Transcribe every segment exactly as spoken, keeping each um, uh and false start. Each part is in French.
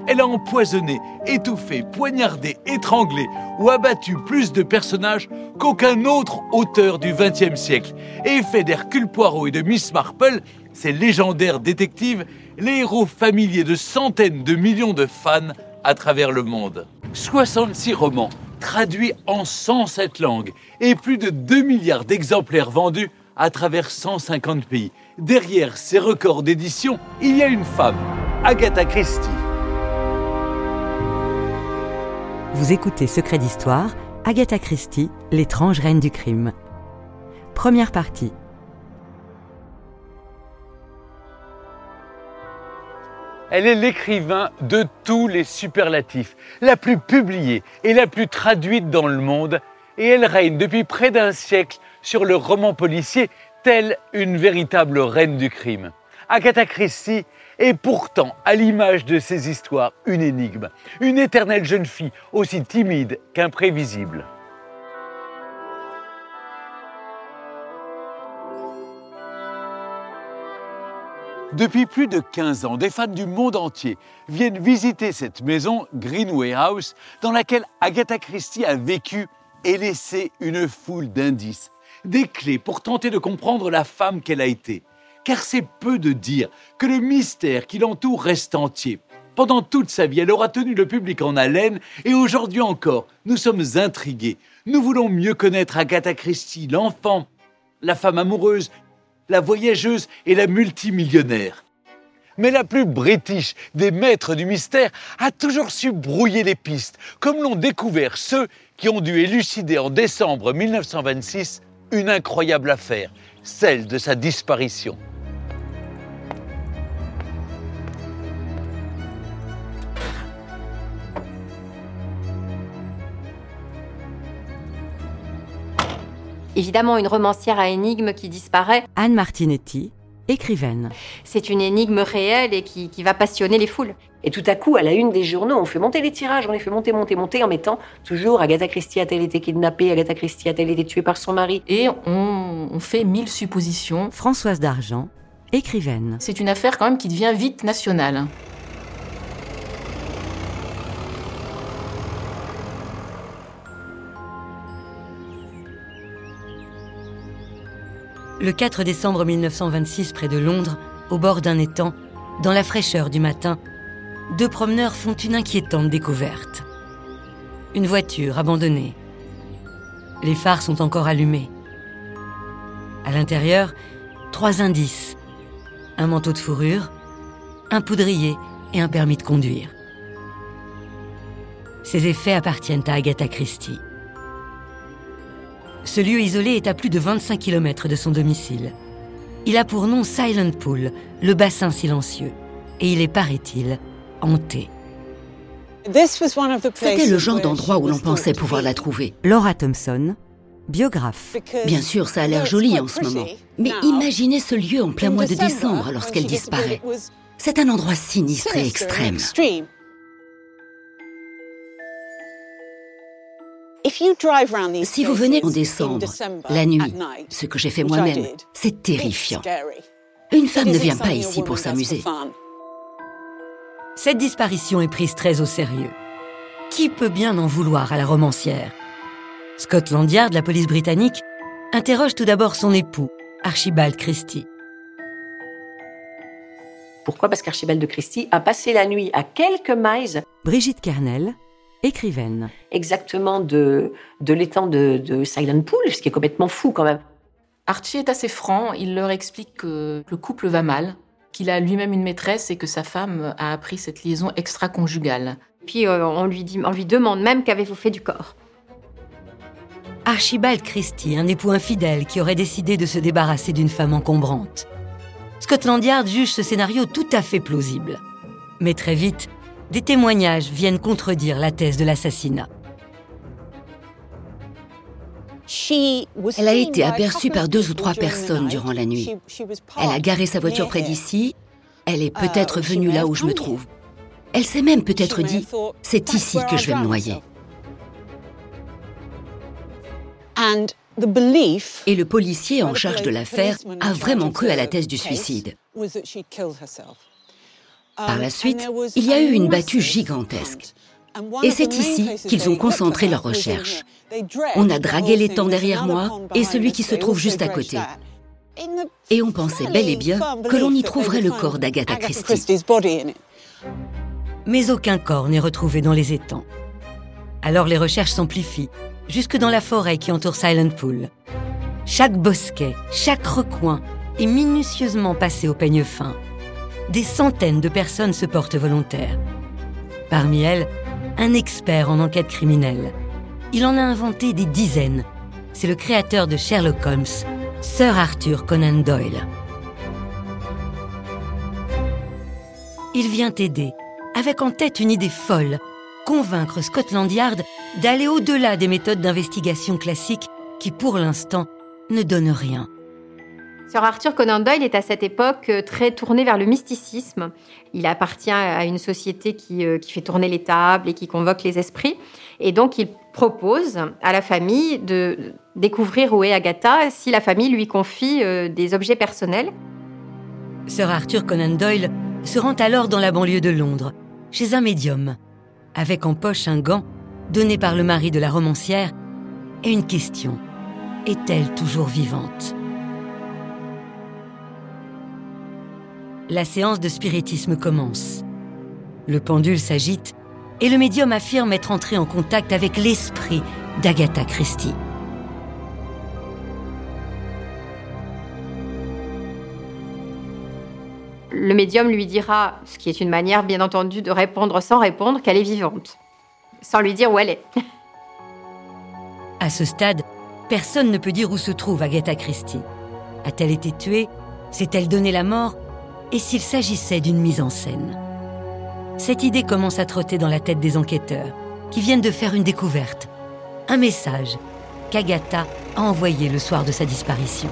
Elle a empoisonné, étouffé, poignardé, étranglé ou abattu plus de personnages qu'aucun autre auteur du vingtième siècle et fait d'Hercule Poirot et de Miss Marple, ces légendaires détectives, les héros familiers de centaines de millions de fans à travers le monde. soixante-six romans traduits en cent sept langues et plus de deux milliards d'exemplaires vendus à travers cent cinquante pays. Derrière ces records d'édition, il y a une femme, Agatha Christie. Vous écoutez Secret d'Histoire, Agatha Christie, l'étrange reine du crime. Première partie. Elle est l'écrivain de tous les superlatifs, la plus publiée et la plus traduite dans le monde, et elle règne depuis près d'un siècle sur le roman policier, telle une véritable reine du crime. Agatha Christie est pourtant, à l'image de ses histoires, une énigme, une éternelle jeune fille aussi timide qu'imprévisible. Depuis plus de quinze ans, des fans du monde entier viennent visiter cette maison, Greenway House, dans laquelle Agatha Christie a vécu et laissé une foule d'indices, des clés pour tenter de comprendre la femme qu'elle a été. Car c'est peu de dire que le mystère qui l'entoure reste entier. Pendant toute sa vie, elle aura tenu le public en haleine et aujourd'hui encore, nous sommes intrigués. Nous voulons mieux connaître Agatha Christie, l'enfant, la femme amoureuse, la voyageuse et la multimillionnaire. Mais la plus british des maîtres du mystère a toujours su brouiller les pistes, comme l'ont découvert ceux qui ont dû élucider en décembre mille neuf cent vingt-six une incroyable affaire, celle de sa disparition. Évidemment, une romancière à énigme qui disparaît. Anne Martinetti, écrivaine. C'est une énigme réelle et qui, qui va passionner les foules. Et tout à coup, à la une des journaux, on fait monter les tirages, on les fait monter, monter, monter, en mettant toujours Agatha Christie a-t-elle été kidnappée, Agatha Christie a-t-elle été tuée par son mari. Et on, on fait mille suppositions. Françoise Dargent, écrivaine. C'est une affaire quand même qui devient vite nationale. Le quatre décembre mille neuf cent vingt-six, près de Londres, au bord d'un étang, dans la fraîcheur du matin, deux promeneurs font une inquiétante découverte. Une voiture abandonnée. Les phares sont encore allumés. À l'intérieur, trois indices. Un manteau de fourrure, un poudrier et un permis de conduire. Ces effets appartiennent à Agatha Christie. Ce lieu isolé est à plus de vingt-cinq kilomètres de son domicile. Il a pour nom Silent Pool, le bassin silencieux. Et il est, paraît-il, hanté. C'était le genre d'endroit où l'on pensait pouvoir la trouver. Laura Thompson, biographe. Bien sûr, ça a l'air joli en ce moment. Mais imaginez ce lieu en plein mois de décembre lorsqu'elle disparaît. C'est un endroit sinistre et extrême. Si vous venez en décembre, la nuit, ce que j'ai fait moi-même, c'est terrifiant. Une femme ne vient pas ici pour s'amuser. Cette disparition est prise très au sérieux. Qui peut bien en vouloir à la romancière ? Scotland Yard, la police britannique, interroge tout d'abord son époux, Archibald Christie. Pourquoi ? Parce qu'Archibald Christie a passé la nuit à quelques miles. Brigitte Kernel, écrivaine. Exactement de, de l'étang de, de Silent Pool, ce qui est complètement fou quand même. Archie est assez franc, il leur explique que le couple va mal, qu'il a lui-même une maîtresse et que sa femme a appris cette liaison extra-conjugale. Puis euh, on, lui dit, on lui demande même qu'avez-vous fait du corps. Archibald Christie, un époux infidèle qui aurait décidé de se débarrasser d'une femme encombrante. Scotland Yard juge ce scénario tout à fait plausible. Mais très vite, des témoignages viennent contredire la thèse de l'assassinat. Elle a été aperçue par deux ou trois personnes durant la nuit. Elle a garé sa voiture près d'ici. Elle est peut-être venue là où je me trouve. Elle s'est même peut-être dit « c'est ici que je vais me noyer ». Et le policier en charge de l'affaire a vraiment cru à la thèse du suicide. Par la suite, il y a eu une battue gigantesque. Et c'est ici qu'ils ont concentré leurs recherches. On a dragué l'étang derrière moi et celui qui se trouve juste à côté. Et on pensait bel et bien que l'on y trouverait le corps d'Agatha Christie. Mais aucun corps n'est retrouvé dans les étangs. Alors les recherches s'amplifient, jusque dans la forêt qui entoure Silent Pool. Chaque bosquet, chaque recoin est minutieusement passé au peigne fin. Des centaines de personnes se portent volontaires. Parmi elles, un expert en enquête criminelle. Il en a inventé des dizaines. C'est le créateur de Sherlock Holmes, Sir Arthur Conan Doyle. Il vient aider, avec en tête une idée folle, convaincre Scotland Yard d'aller au-delà des méthodes d'investigation classiques qui, pour l'instant, ne donnent rien. Sir Arthur Conan Doyle est à cette époque très tourné vers le mysticisme. Il appartient à une société qui, qui fait tourner les tables et qui convoque les esprits. Et donc, il propose à la famille de découvrir où est Agatha si la famille lui confie des objets personnels. Sir Arthur Conan Doyle se rend alors dans la banlieue de Londres, chez un médium, avec en poche un gant donné par le mari de la romancière et une question. Est-elle toujours vivante ? La séance de spiritisme commence. Le pendule s'agite et le médium affirme être entré en contact avec l'esprit d'Agatha Christie. Le médium lui dira, ce qui est une manière bien entendu de répondre sans répondre, qu'elle est vivante, sans lui dire où elle est. À ce stade, personne ne peut dire où se trouve Agatha Christie. A-t-elle été tuée ? S'est-elle donné la mort ? Et s'il s'agissait d'une mise en scène ? Cette idée commence à trotter dans la tête des enquêteurs, qui viennent de faire une découverte. Un message qu'Agatha a envoyé le soir de sa disparition.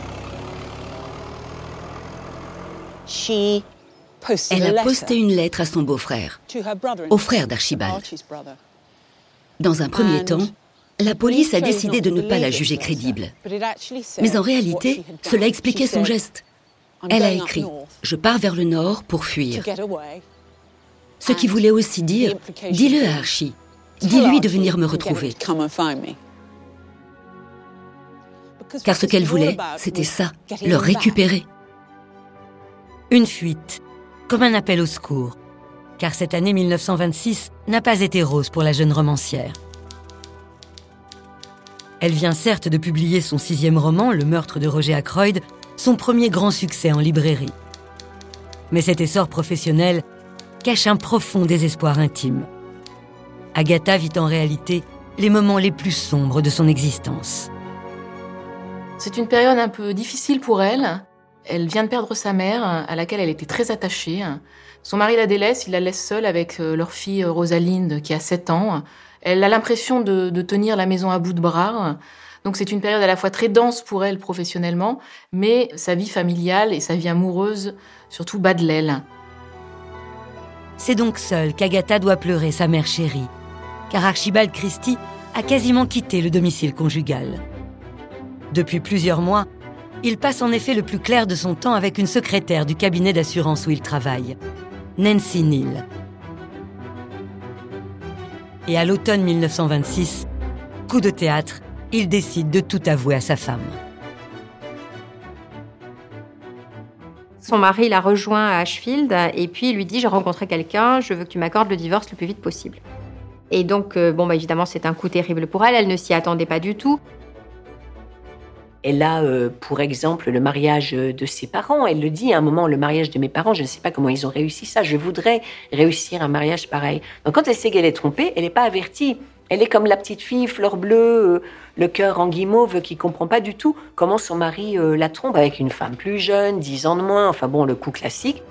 Elle a posté une lettre à son beau-frère, au frère d'Archibald. Dans un premier temps, la police a décidé de ne pas la juger crédible. Mais en réalité, cela expliquait son geste. Elle a écrit « Je pars vers le nord pour fuir ». Ce qui voulait aussi dire « Dis-le à Archie, dis-lui de venir me retrouver ». Car ce qu'elle voulait, c'était ça, le récupérer. Une fuite, comme un appel au secours, car cette année mille neuf cent vingt-six n'a pas été rose pour la jeune romancière. Elle vient certes de publier son sixième roman, Le meurtre de Roger Ackroyd, son premier grand succès en librairie. Mais cet essor professionnel cache un profond désespoir intime. Agatha vit en réalité les moments les plus sombres de son existence. C'est une période un peu difficile pour elle. Elle vient de perdre sa mère, à laquelle elle était très attachée. Son mari la délaisse, il la laisse seule avec leur fille Rosalinde, qui a sept ans. Elle a l'impression de, de tenir la maison à bout de bras. Donc c'est une période à la fois très dense pour elle professionnellement, mais sa vie familiale et sa vie amoureuse, surtout, bat de l'aile. C'est donc seule qu'Agatha doit pleurer sa mère chérie, car Archibald Christie a quasiment quitté le domicile conjugal. Depuis plusieurs mois, il passe en effet le plus clair de son temps avec une secrétaire du cabinet d'assurance où il travaille, Nancy Neal. Et à l'automne mille neuf cent vingt-six, coup de théâtre, il décide de tout avouer à sa femme. Son mari la rejoint à Ashfield et puis il lui dit « J'ai rencontré quelqu'un, je veux que tu m'accordes le divorce le plus vite possible ». Et donc, euh, bon, bah, évidemment, c'est un coup terrible pour elle, elle ne s'y attendait pas du tout. Elle a, euh, pour exemple, le mariage de ses parents. Elle le dit à un moment, le mariage de mes parents, je ne sais pas comment ils ont réussi ça. Je voudrais réussir un mariage pareil. Donc quand elle sait qu'elle est trompée, elle n'est pas avertie. Elle est comme la petite fille, fleur bleue, euh, le cœur en guimauve, qui comprend pas du tout comment son mari euh, la trompe avec une femme plus jeune, dix ans de moins. Enfin bon, le coup classique.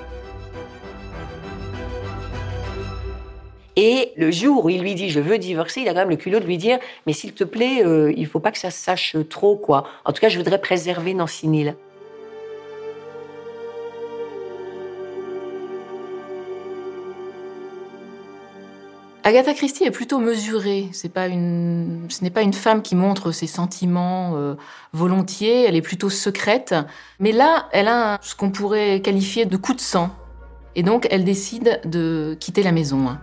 Et le jour où il lui dit « je veux divorcer », il a quand même le culot de lui dire « mais s'il te plaît, euh, il faut pas que ça se sache trop, quoi. En tout cas, je voudrais préserver Nancy Neal ». Agatha Christie est plutôt mesurée. C'est pas une, ce n'est pas une femme qui montre ses sentiments euh, volontiers. Elle est plutôt secrète. Mais là, elle a un, ce qu'on pourrait qualifier de coup de sang. Et donc, elle décide de quitter la maison.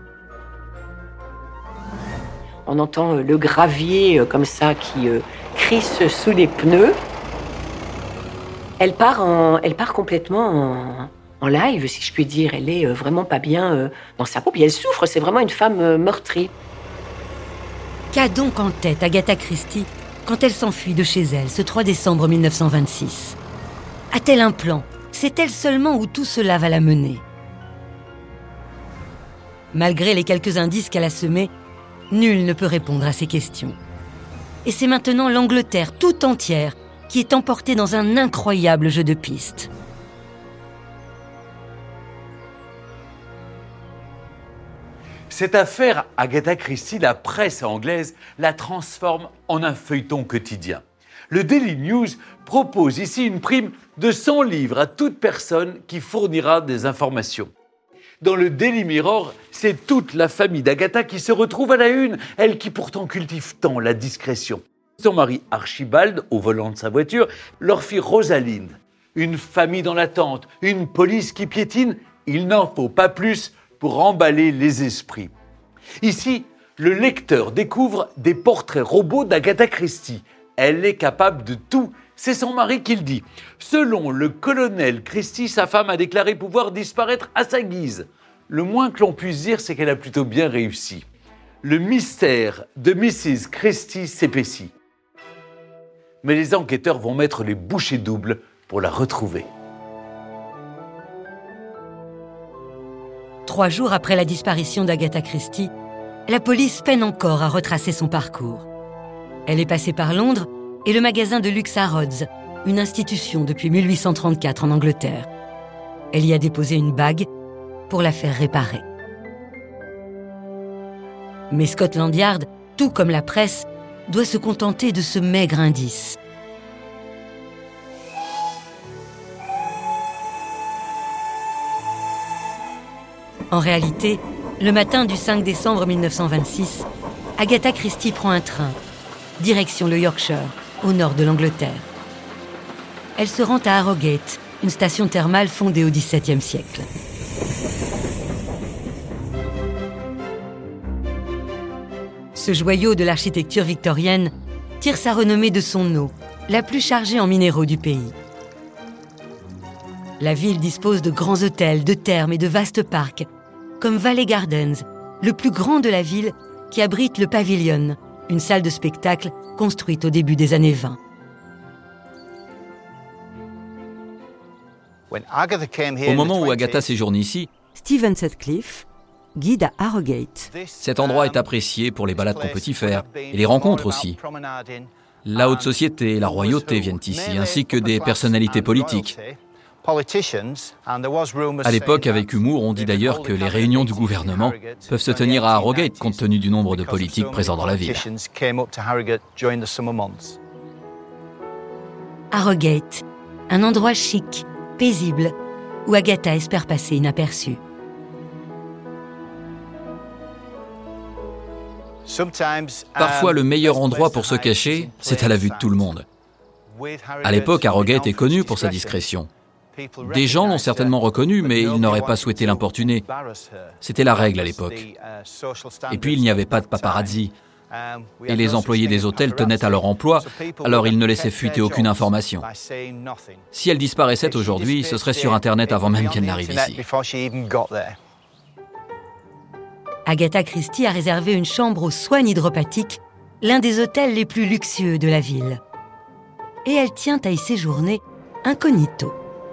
On entend le gravier comme ça qui crisse sous les pneus. Elle part, en, elle part complètement en, en live, si je puis dire. Elle est vraiment pas bien dans sa peau. Puis elle souffre, c'est vraiment une femme meurtrie. Qu'a donc en tête Agatha Christie quand elle s'enfuit de chez elle ce trois décembre mille neuf cent vingt-six? A-t-elle un plan? Sait-elle seulement où tout cela va la mener? Malgré les quelques indices qu'elle a semés, nul ne peut répondre à ces questions. Et c'est maintenant l'Angleterre tout entière qui est emportée dans un incroyable jeu de pistes. Cette affaire Agatha Christie, la presse anglaise la transforme en un feuilleton quotidien. Le Daily News propose ici une prime de cent livres à toute personne qui fournira des informations. Dans le Daily Mirror, c'est toute la famille d'Agatha qui se retrouve à la une, elle qui pourtant cultive tant la discrétion. Son mari Archibald, au volant de sa voiture, leur fille Rosalind. Une famille dans l'attente, une police qui piétine, il n'en faut pas plus pour emballer les esprits. Ici, le lecteur découvre des portraits robots d'Agatha Christie. Elle est capable de tout. C'est son mari qui le dit. Selon le colonel Christie, sa femme a déclaré pouvoir disparaître à sa guise. Le moins que l'on puisse dire, c'est qu'elle a plutôt bien réussi. Le mystère de missus Christie s'épaissit. Mais les enquêteurs vont mettre les bouchées doubles pour la retrouver. Trois jours après la disparition d'Agatha Christie, la police peine encore à retracer son parcours. Elle est passée par Londres et le magasin de luxe Harrods, une institution depuis mille huit cent trente-quatre en Angleterre. Elle y a déposé une bague pour la faire réparer. Mais Scotland Yard, tout comme la presse, doit se contenter de ce maigre indice. En réalité, le matin du cinq décembre mille neuf cent vingt-six, Agatha Christie prend un train, direction le Yorkshire, au nord de l'Angleterre. Elle se rend à Harrogate, une station thermale fondée au dix-septième siècle. Ce joyau de l'architecture victorienne tire sa renommée de son eau, la plus chargée en minéraux du pays. La ville dispose de grands hôtels, de thermes et de vastes parcs, comme Valley Gardens, le plus grand de la ville qui abrite le Pavilion, une salle de spectacle construite au début des années vingt. Au moment où Agatha séjourne ici, Stephen Sutcliffe, guide à Harrogate. cet endroit est apprécié pour les balades qu'on peut y faire et les rencontres aussi. La haute société et la royauté viennent ici, ainsi que des personnalités politiques. À l'époque, avec humour, on dit d'ailleurs que les réunions du gouvernement peuvent se tenir à Harrogate compte tenu du nombre de politiques présents dans la ville. Harrogate, un endroit chic, paisible, où Agatha espère passer inaperçue. Parfois, le meilleur endroit pour se cacher, c'est à la vue de tout le monde. À l'époque, Harrogate est connu pour sa discrétion. Des gens l'ont certainement reconnu, mais ils n'auraient pas souhaité l'importuner. C'était la règle à l'époque. Et puis, il n'y avait pas de paparazzi. Et les employés des hôtels tenaient à leur emploi, alors ils ne laissaient fuiter aucune information. Si elle disparaissait aujourd'hui, ce serait sur Internet avant même qu'elle n'arrive ici. Agatha Christie a réservé une chambre aux soins hydropathiques, l'un des hôtels les plus luxueux de la ville. Et elle tient à y séjourner incognito.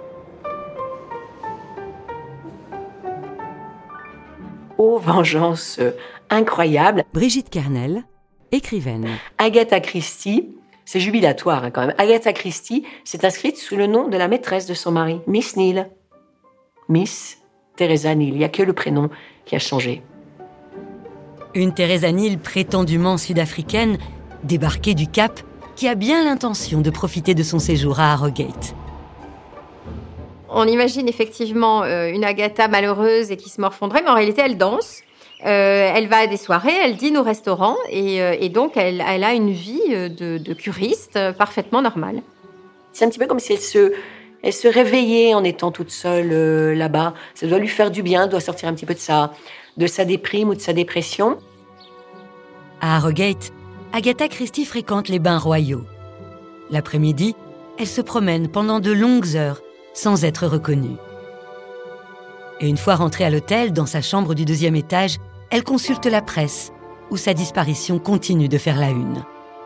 Oh, vengeance incroyable. Brigitte Kernel, écrivaine. Agatha Christie, c'est jubilatoire hein, quand même. Agatha Christie s'est inscrite sous le nom de la maîtresse de son mari, Miss Neal. Miss Teresa Neal, il n'y a que le prénom qui a changé. Une Teresa Neal prétendument sud-africaine, débarquée du Cap, qui a bien l'intention de profiter de son séjour à Harrogate. On imagine effectivement euh, une Agatha malheureuse et qui se morfondrait, mais en réalité, elle danse. Euh, elle va à des soirées, elle dîne au restaurant, et, euh, et donc elle, elle a une vie de, de curiste parfaitement normale. C'est un petit peu comme si elle se Elle se réveillait en étant toute seule euh, là-bas. Ça doit lui faire du bien, doit sortir un petit peu de sa, de sa déprime ou de sa dépression. À Harrogate, Agatha Christie fréquente les bains royaux. L'après-midi, elle se promène pendant de longues heures sans être reconnue. Et une fois rentrée à l'hôtel, dans sa chambre du deuxième étage, elle consulte la presse, où sa disparition continue de faire la une.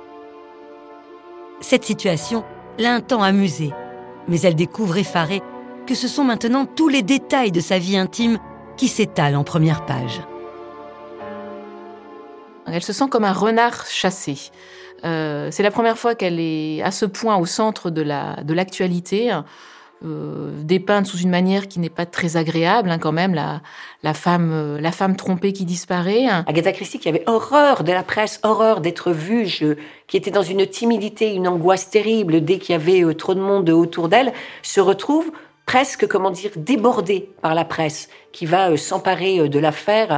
Cette situation l'a un temps amusée, mais elle découvre effarée que ce sont maintenant tous les détails de sa vie intime qui s'étalent en première page. Elle se sent comme un renard chassé. Euh, c'est la première fois qu'elle est à ce point au centre de, la, de l'actualité, euh, dépeinte sous une manière qui n'est pas très agréable, hein, quand même, la, la, femme, euh, la femme trompée qui disparaît. Agatha Christie, qui avait horreur de la presse, horreur d'être vue, je, qui était dans une timidité, une angoisse terrible dès qu'il y avait euh, trop de monde autour d'elle, se retrouve presque, comment dire, débordée par la presse, qui va euh, s'emparer euh, de l'affaire.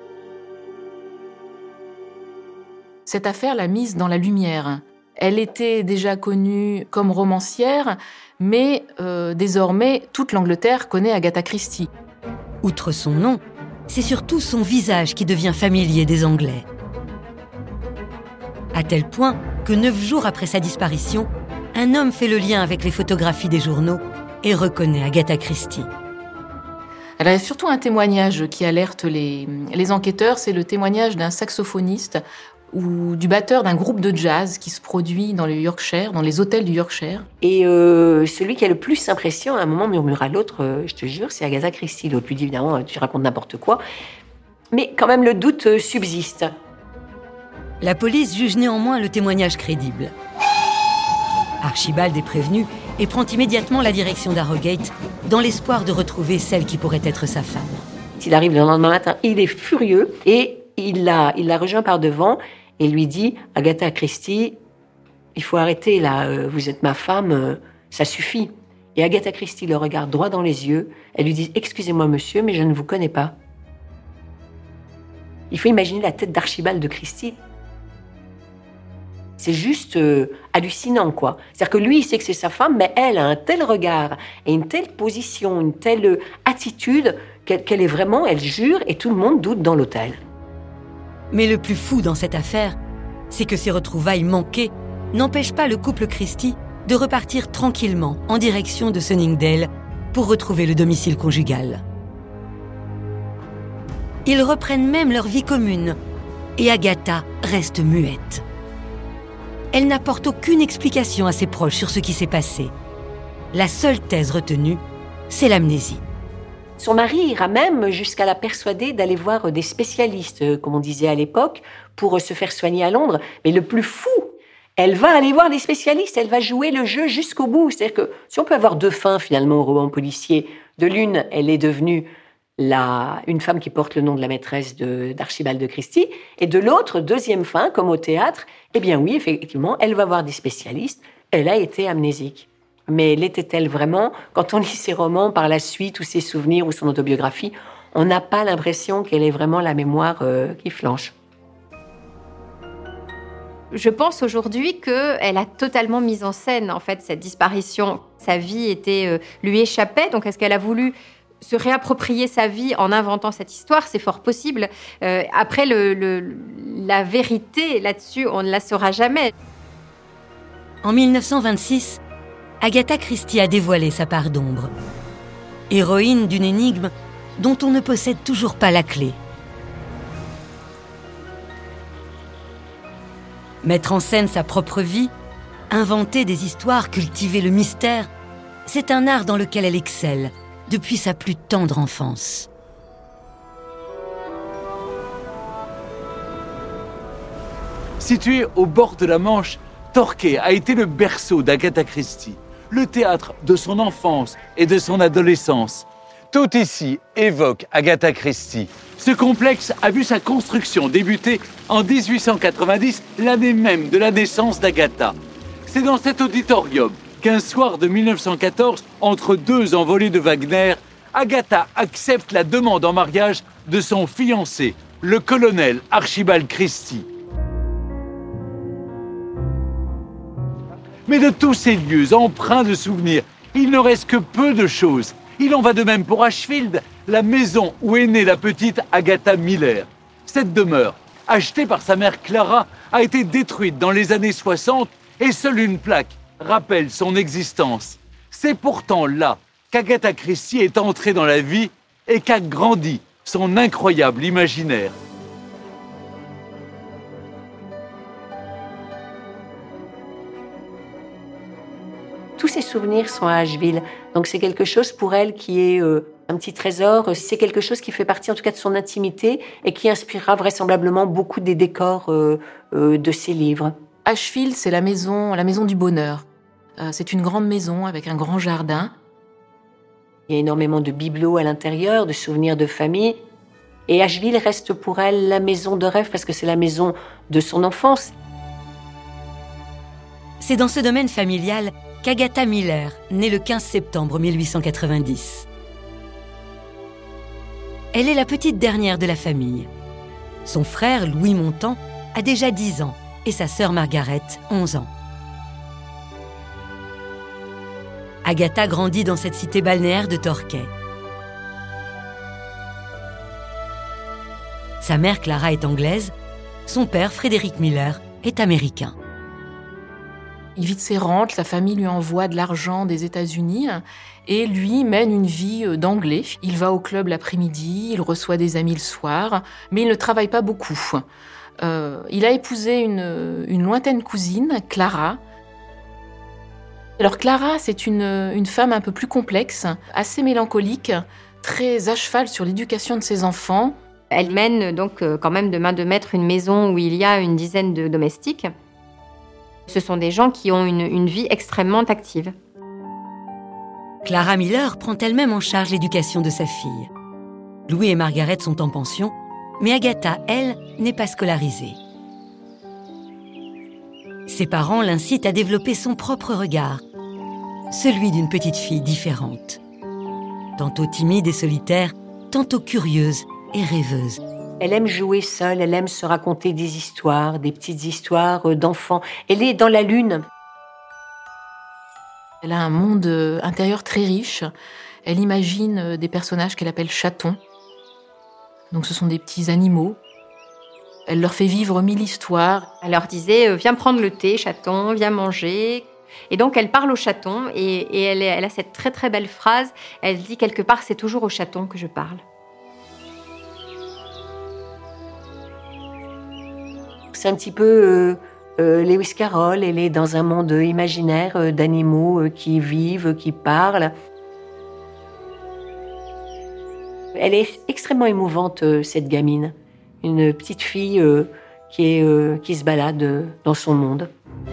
Cette affaire l'a mise dans la lumière. Elle était déjà connue comme romancière, mais euh, désormais, toute l'Angleterre connaît Agatha Christie. Outre son nom, c'est surtout son visage qui devient familier des Anglais. À tel point que neuf jours après sa disparition, un homme fait le lien avec les photographies des journaux et reconnaît Agatha Christie. Elle a surtout un témoignage qui alerte les, les enquêteurs, c'est le témoignage d'un saxophoniste ou du batteur d'un groupe de jazz qui se produit dans le Yorkshire, dans les hôtels du Yorkshire. Et euh, celui qui a le plus impression, à un moment murmure à l'autre, euh, je te jure, c'est Agatha Christie. L'autre lui dit évidemment, tu racontes n'importe quoi. Mais quand même, le doute euh, subsiste. La police juge néanmoins le témoignage crédible. Archibald est prévenu et prend immédiatement la direction d'Harrogate dans l'espoir de retrouver celle qui pourrait être sa femme. Il arrive le lendemain matin, il est furieux et il la, il la rejoint par devant et lui dit « Agatha Christie, il faut arrêter là, euh, vous êtes ma femme, euh, ça suffit. » Et Agatha Christie le regarde droit dans les yeux, elle lui dit « Excusez-moi monsieur, mais je ne vous connais pas. » Il faut imaginer la tête d'Archibald de Christie. C'est juste euh, hallucinant, quoi. C'est-à-dire que lui, il sait que c'est sa femme, mais elle a un tel regard et une telle position, une telle attitude qu'elle, qu'elle est vraiment, elle jure, et tout le monde doute dans l'hôtel. Mais le plus fou dans cette affaire, c'est que ces retrouvailles manquées n'empêchent pas le couple Christie de repartir tranquillement en direction de Sunningdale pour retrouver le domicile conjugal. Ils reprennent même leur vie commune et Agatha reste muette. Elle n'apporte aucune explication à ses proches sur ce qui s'est passé. La seule thèse retenue, c'est l'amnésie. Son mari ira même jusqu'à la persuader d'aller voir des spécialistes, comme on disait à l'époque, pour se faire soigner à Londres. Mais le plus fou, elle va aller voir les spécialistes, elle va jouer le jeu jusqu'au bout. C'est-à-dire que si on peut avoir deux fins finalement au roman policier, de l'une, elle est devenue la, une femme qui porte le nom de la maîtresse de, d'Archibald de Christie, et de l'autre, deuxième fin, comme au théâtre, eh bien oui, effectivement, elle va voir des spécialistes, elle a été amnésique. Mais l'était-elle vraiment? Quand on lit ses romans par la suite, ou ses souvenirs, ou son autobiographie, on n'a pas l'impression qu'elle ait vraiment la mémoire euh, qui flanche. Je pense aujourd'hui qu'elle a totalement mis en scène, en fait, cette disparition. Sa vie était, euh, lui échappait, donc est-ce qu'elle a voulu se réapproprier sa vie en inventant cette histoire? C'est fort possible. Euh, après, le, le, la vérité là-dessus, on ne la saura jamais. En mille neuf cent vingt-six, Agatha Christie a dévoilé sa part d'ombre. Héroïne d'une énigme dont on ne possède toujours pas la clé. Mettre en scène sa propre vie, inventer des histoires, cultiver le mystère, c'est un art dans lequel elle excelle depuis sa plus tendre enfance. Situé au bord de la Manche, Torquay a été le berceau d'Agatha Christie, le théâtre de son enfance et de son adolescence. Tout ici évoque Agatha Christie. Ce complexe a vu sa construction débuter en dix-huit cent quatre-vingt-dix, l'année même de la naissance d'Agatha. C'est dans cet auditorium qu'un soir de mille neuf cent quatorze, entre deux envolées de Wagner, Agatha accepte la demande en mariage de son fiancé, le colonel Archibald Christie. Mais de tous ces lieux empreints de souvenirs, il ne reste que peu de choses. Il en va de même pour Ashfield, la maison où est née la petite Agatha Miller. Cette demeure, achetée par sa mère Clara, a été détruite dans les années soixante et seule une plaque rappelle son existence. C'est pourtant là qu'Agatha Christie est entrée dans la vie et qu'a grandi son incroyable imaginaire. Tous ses souvenirs sont à Asheville, donc c'est quelque chose pour elle qui est euh, un petit trésor, c'est quelque chose qui fait partie en tout cas de son intimité et qui inspirera vraisemblablement beaucoup des décors euh, euh, de ses livres. Ashfield, c'est la maison, la maison du bonheur. Euh, c'est une grande maison avec un grand jardin. Il y a énormément de bibelots à l'intérieur, de souvenirs de famille. Et Asheville reste pour elle la maison de rêve parce que c'est la maison de son enfance. C'est dans ce domaine familial qu'Agatha Miller naît le quinze septembre mille huit cent quatre-vingt-dix. Elle est la petite dernière de la famille. Son frère, Louis Montand, a déjà dix ans et sa sœur Margaret, onze ans. Agatha grandit dans cette cité balnéaire de Torquay. Sa mère Clara est anglaise, son père Frédéric Miller est américain. Il vit de ses rentes, la famille lui envoie de l'argent des États-Unis et lui mène une vie d'anglais. Il va au club l'après-midi, il reçoit des amis le soir, mais il ne travaille pas beaucoup. Euh, il a épousé une, une lointaine cousine, Clara. Alors Clara, c'est une, une femme un peu plus complexe, assez mélancolique, très à cheval sur l'éducation de ses enfants. Elle mène donc euh, quand même de main de maître une maison où il y a une dizaine de domestiques. Ce sont des gens qui ont une, une vie extrêmement active. Clara Miller prend elle-même en charge l'éducation de sa fille. Louis et Margaret sont en pension, mais Agatha, elle, n'est pas scolarisée. Ses parents l'incitent à développer son propre regard, celui d'une petite fille différente. Tantôt timide et solitaire, tantôt curieuse et rêveuse. Elle aime jouer seule, elle aime se raconter des histoires, des petites histoires d'enfants. Elle est dans la lune. Elle a un monde intérieur très riche. Elle imagine des personnages qu'elle appelle chatons. Donc ce sont des petits animaux. Elle leur fait vivre mille histoires. Elle leur disait « Viens prendre le thé, chaton, viens manger ». Et donc elle parle aux chatons et, et elle, elle a cette très très belle phrase. Elle dit quelque part « C'est toujours aux chatons que je parle ». C'est un petit peu euh, euh, Lewis Carroll. Elle est dans un monde imaginaire euh, d'animaux euh, qui vivent, qui parlent. Elle est extrêmement émouvante, euh, cette gamine. Une petite fille euh, qui, est, euh, qui se balade euh, dans son monde.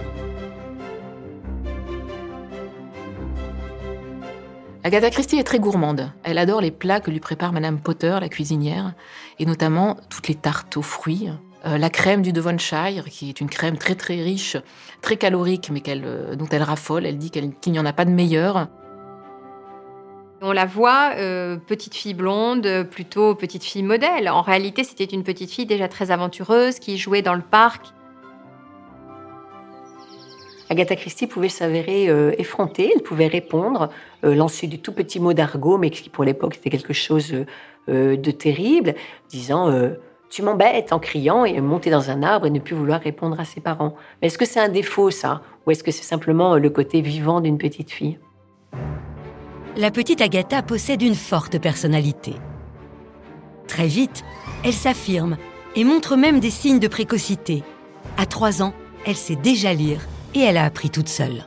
Agatha Christie est très gourmande. Elle adore les plats que lui prépare Madame Potter, la cuisinière, et notamment toutes les tartes aux fruits. Euh, la crème du Devonshire, qui est une crème très très riche, très calorique, mais qu'elle, euh, dont elle raffole. Elle dit qu'elle, qu'il n'y en a pas de meilleure. On la voit, euh, petite fille blonde, plutôt petite fille modèle. En réalité, c'était une petite fille déjà très aventureuse qui jouait dans le parc. Agatha Christie pouvait s'avérer euh, effrontée, elle pouvait répondre, euh, lancer du tout petit mot d'argot, mais qui pour l'époque était quelque chose euh, de terrible, disant euh, « tu m'embêtes » en criant et monter dans un arbre et ne plus vouloir répondre à ses parents. Mais est-ce que c'est un défaut, ça? Ou est-ce que c'est simplement le côté vivant d'une petite fille? La petite Agatha possède une forte personnalité. Très vite, elle s'affirme et montre même des signes de précocité. À trois ans, elle sait déjà lire et elle a appris toute seule.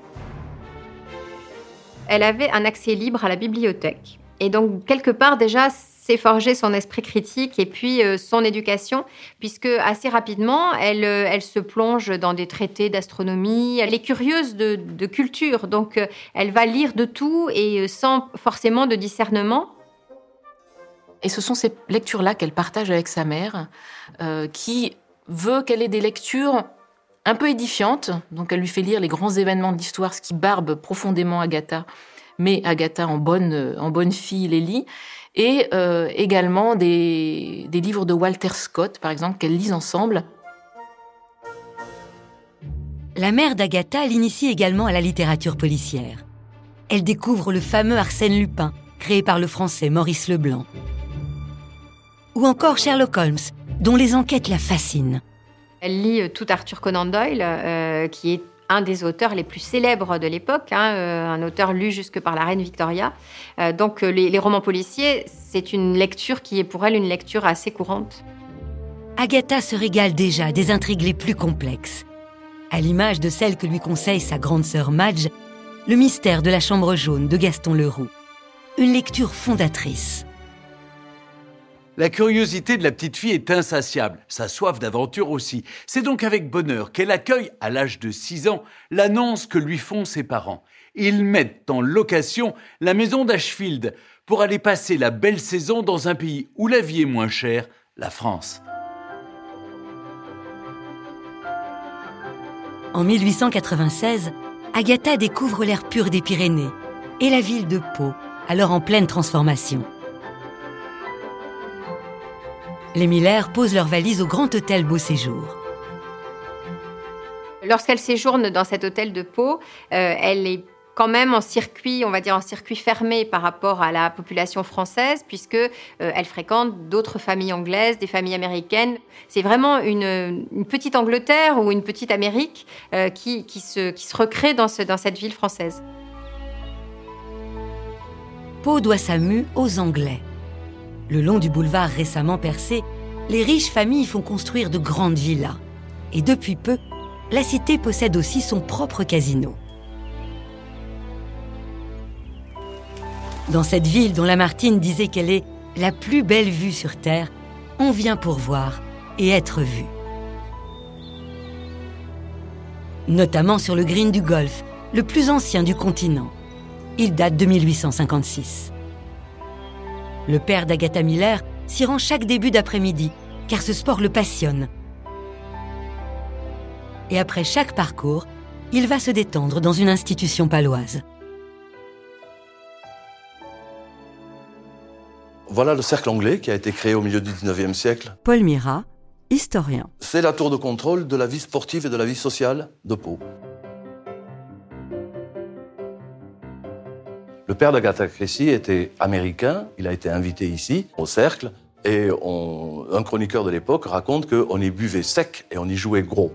Elle avait un accès libre à la bibliothèque. Et donc, quelque part, déjà, s'est forgé son esprit critique et puis euh, son éducation, puisque assez rapidement, elle, euh, elle se plonge dans des traités d'astronomie. Elle est curieuse de, de culture, donc euh, elle va lire de tout et euh, sans forcément de discernement. Et ce sont ces lectures-là qu'elle partage avec sa mère, euh, qui veut qu'elle ait des lectures un peu édifiantes. Donc elle lui fait lire les grands événements de l'histoire, ce qui barbe profondément Agatha. Mais Agatha, en bonne, en bonne fille, les lit. Et euh, également des, des livres de Walter Scott, par exemple, qu'elles lisent ensemble. La mère d'Agatha l'initie également à la littérature policière. elle découvre le fameux Arsène Lupin, créé par le Français Maurice Leblanc. Ou encore Sherlock Holmes, dont les enquêtes la fascinent. Elle lit tout Arthur Conan Doyle, euh, qui est un des auteurs les plus célèbres de l'époque, hein, euh, un auteur lu jusque par la reine Victoria. Euh, donc les, les romans policiers, c'est une lecture qui est pour elle une lecture assez courante. Agatha se régale déjà des intrigues les plus complexes. À l'image de celle que lui conseille sa grande sœur Madge, Le mystère de la chambre jaune de Gaston Leroux. Une lecture fondatrice. La curiosité de la petite fille est insatiable, sa soif d'aventure aussi. C'est donc avec bonheur qu'elle accueille, à l'âge de six ans, l'annonce que lui font ses parents. Ils mettent en location la maison d'Ashfield pour aller passer la belle saison dans un pays où la vie est moins chère, la France. En mille huit cent quatre-vingt-seize, Agatha découvre l'air pur des Pyrénées et la ville de Pau, alors en pleine transformation. Les Miller posent leurs valises au Grand Hôtel Beau Séjour. Lorsqu'elle séjourne dans cet hôtel de Pau, euh, elle est quand même en circuit, on va dire en circuit fermé par rapport à la population française, puisque euh, elle fréquente d'autres familles anglaises, des familles américaines. C'est vraiment une, une petite Angleterre ou une petite Amérique euh, qui, qui, se, qui se recrée dans, ce, dans cette ville française. Pau doit sa mue aux Anglais. Le long du boulevard récemment percé, les riches familles font construire de grandes villas. Et depuis peu, la cité possède aussi son propre casino. Dans cette ville dont Lamartine disait qu'elle est la plus belle vue sur Terre, on vient pour voir et être vu. Notamment sur le Green du Golfe, le plus ancien du continent. Il date de mille huit cent cinquante-six. Le père d'Agatha Miller s'y rend chaque début d'après-midi, car ce sport le passionne. Et après chaque parcours, il va se détendre dans une institution paloise. Voilà le cercle anglais qui a été créé au milieu du dix-neuvième siècle. Paul Mira, historien. C'est la tour de contrôle de la vie sportive et de la vie sociale de Pau. Le père d'Agatha Christie était américain, il a été invité ici, au cercle, et on, un chroniqueur de l'époque raconte qu'on y buvait sec et on y jouait gros.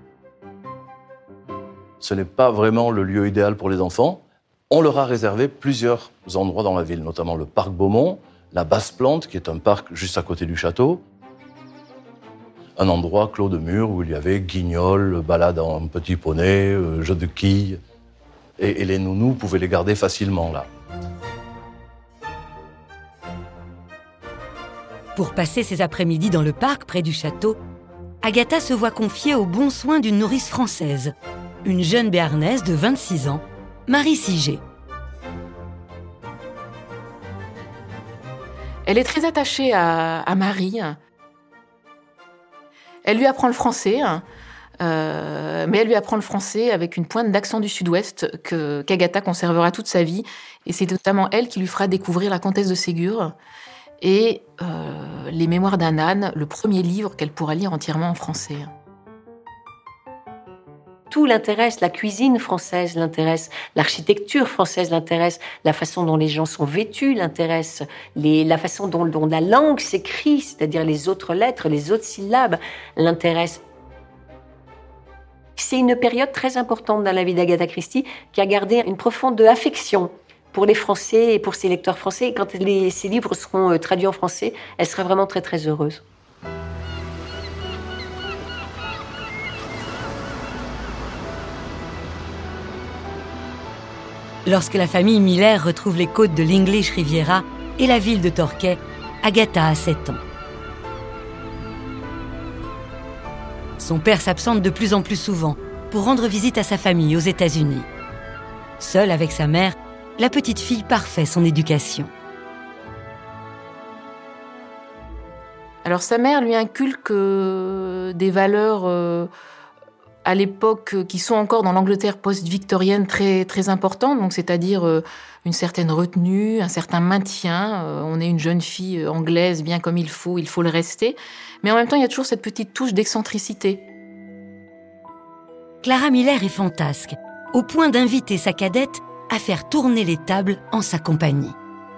Ce n'est pas vraiment le lieu idéal pour les enfants. On leur a réservé plusieurs endroits dans la ville, notamment le parc Beaumont, la Basse-Plante, qui est un parc juste à côté du château, un endroit clos de murs où il y avait guignols, balade en petit poney, euh, jeux de quilles, et, et les nounous pouvaient les garder facilement là. Pour passer ses après-midi dans le parc près du château, Agatha se voit confier aux bons soins d'une nourrice française, une jeune béarnaise de vingt-six ans, Marie Siget. Elle est très attachée à, à Marie. Elle lui apprend le français, euh, mais elle lui apprend le français avec une pointe d'accent du sud-ouest que, qu'Agatha conservera toute sa vie. Et c'est notamment elle qui lui fera découvrir La Comtesse de Ségur et euh, Les Mémoires d'un âne, le premier livre qu'elle pourra lire entièrement en français. Tout l'intéresse, la cuisine française l'intéresse, l'architecture française l'intéresse, la façon dont les gens sont vêtus l'intéresse, les, la façon dont, dont la langue s'écrit, c'est-à-dire les autres lettres, les autres syllabes l'intéresse. C'est une période très importante dans la vie d'Agatha Christie qui a gardé une profonde affection pour les Français et pour ses lecteurs français. Et quand les, ses livres seront traduits en français, elle sera vraiment très très heureuse. Lorsque la famille Miller retrouve les côtes de l'English Riviera et la ville de Torquay, Agatha a sept ans. Son père s'absente de plus en plus souvent pour rendre visite à sa famille aux États-Unis. Seule avec sa mère, la petite fille parfait son éducation. Alors sa mère lui inculque euh, des valeurs euh, à l'époque qui sont encore dans l'Angleterre post-victorienne très, très importantes, donc c'est-à-dire euh, une certaine retenue, un certain maintien. Euh, on est une jeune fille anglaise bien comme il faut, il faut le rester. Mais en même temps, il y a toujours cette petite touche d'excentricité. Clara Miller est fantasque, au point d'inviter sa cadette à faire tourner les tables en sa compagnie.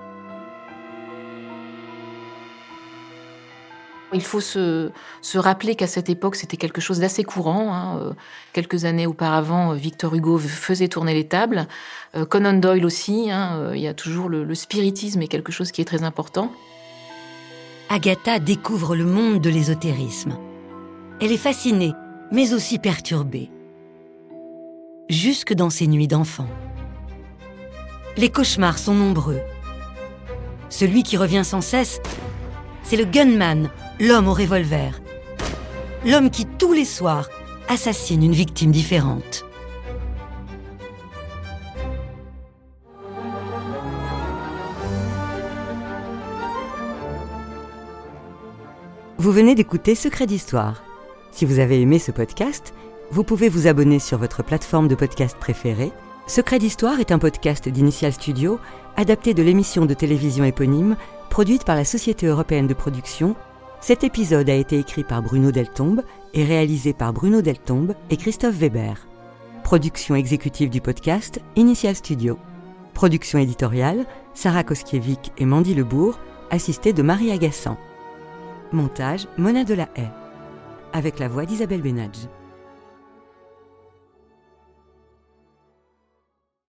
Il faut se, se rappeler qu'à cette époque, c'était quelque chose d'assez courant. Hein. Quelques années auparavant, Victor Hugo faisait tourner les tables. Conan Doyle aussi. Hein. Il y a toujours le, le spiritisme est quelque chose qui est très important. Agatha découvre le monde de l'ésotérisme. Elle est fascinée, mais aussi perturbée. Jusque dans ses nuits d'enfant. Les cauchemars sont nombreux. Celui qui revient sans cesse, c'est le gunman, l'homme au revolver. L'homme qui, tous les soirs, assassine une victime différente. Vous venez d'écouter Secrets d'Histoire. Si vous avez aimé ce podcast, vous pouvez vous abonner sur votre plateforme de podcast préférée. Secrets d'Histoire est un podcast d'Initial Studio, adapté de l'émission de télévision éponyme, produite par la Société européenne de production. Cet épisode a été écrit par Bruno Deltombe et réalisé par Bruno Deltombe et Christophe Weber. Production exécutive du podcast, Initial Studio. Production éditoriale, Sarah Koskiewicz et Mandy Lebourg, assistée de Marie Agassan. Montage, Mona Delahaye. Avec la voix d'Isabelle Benadj.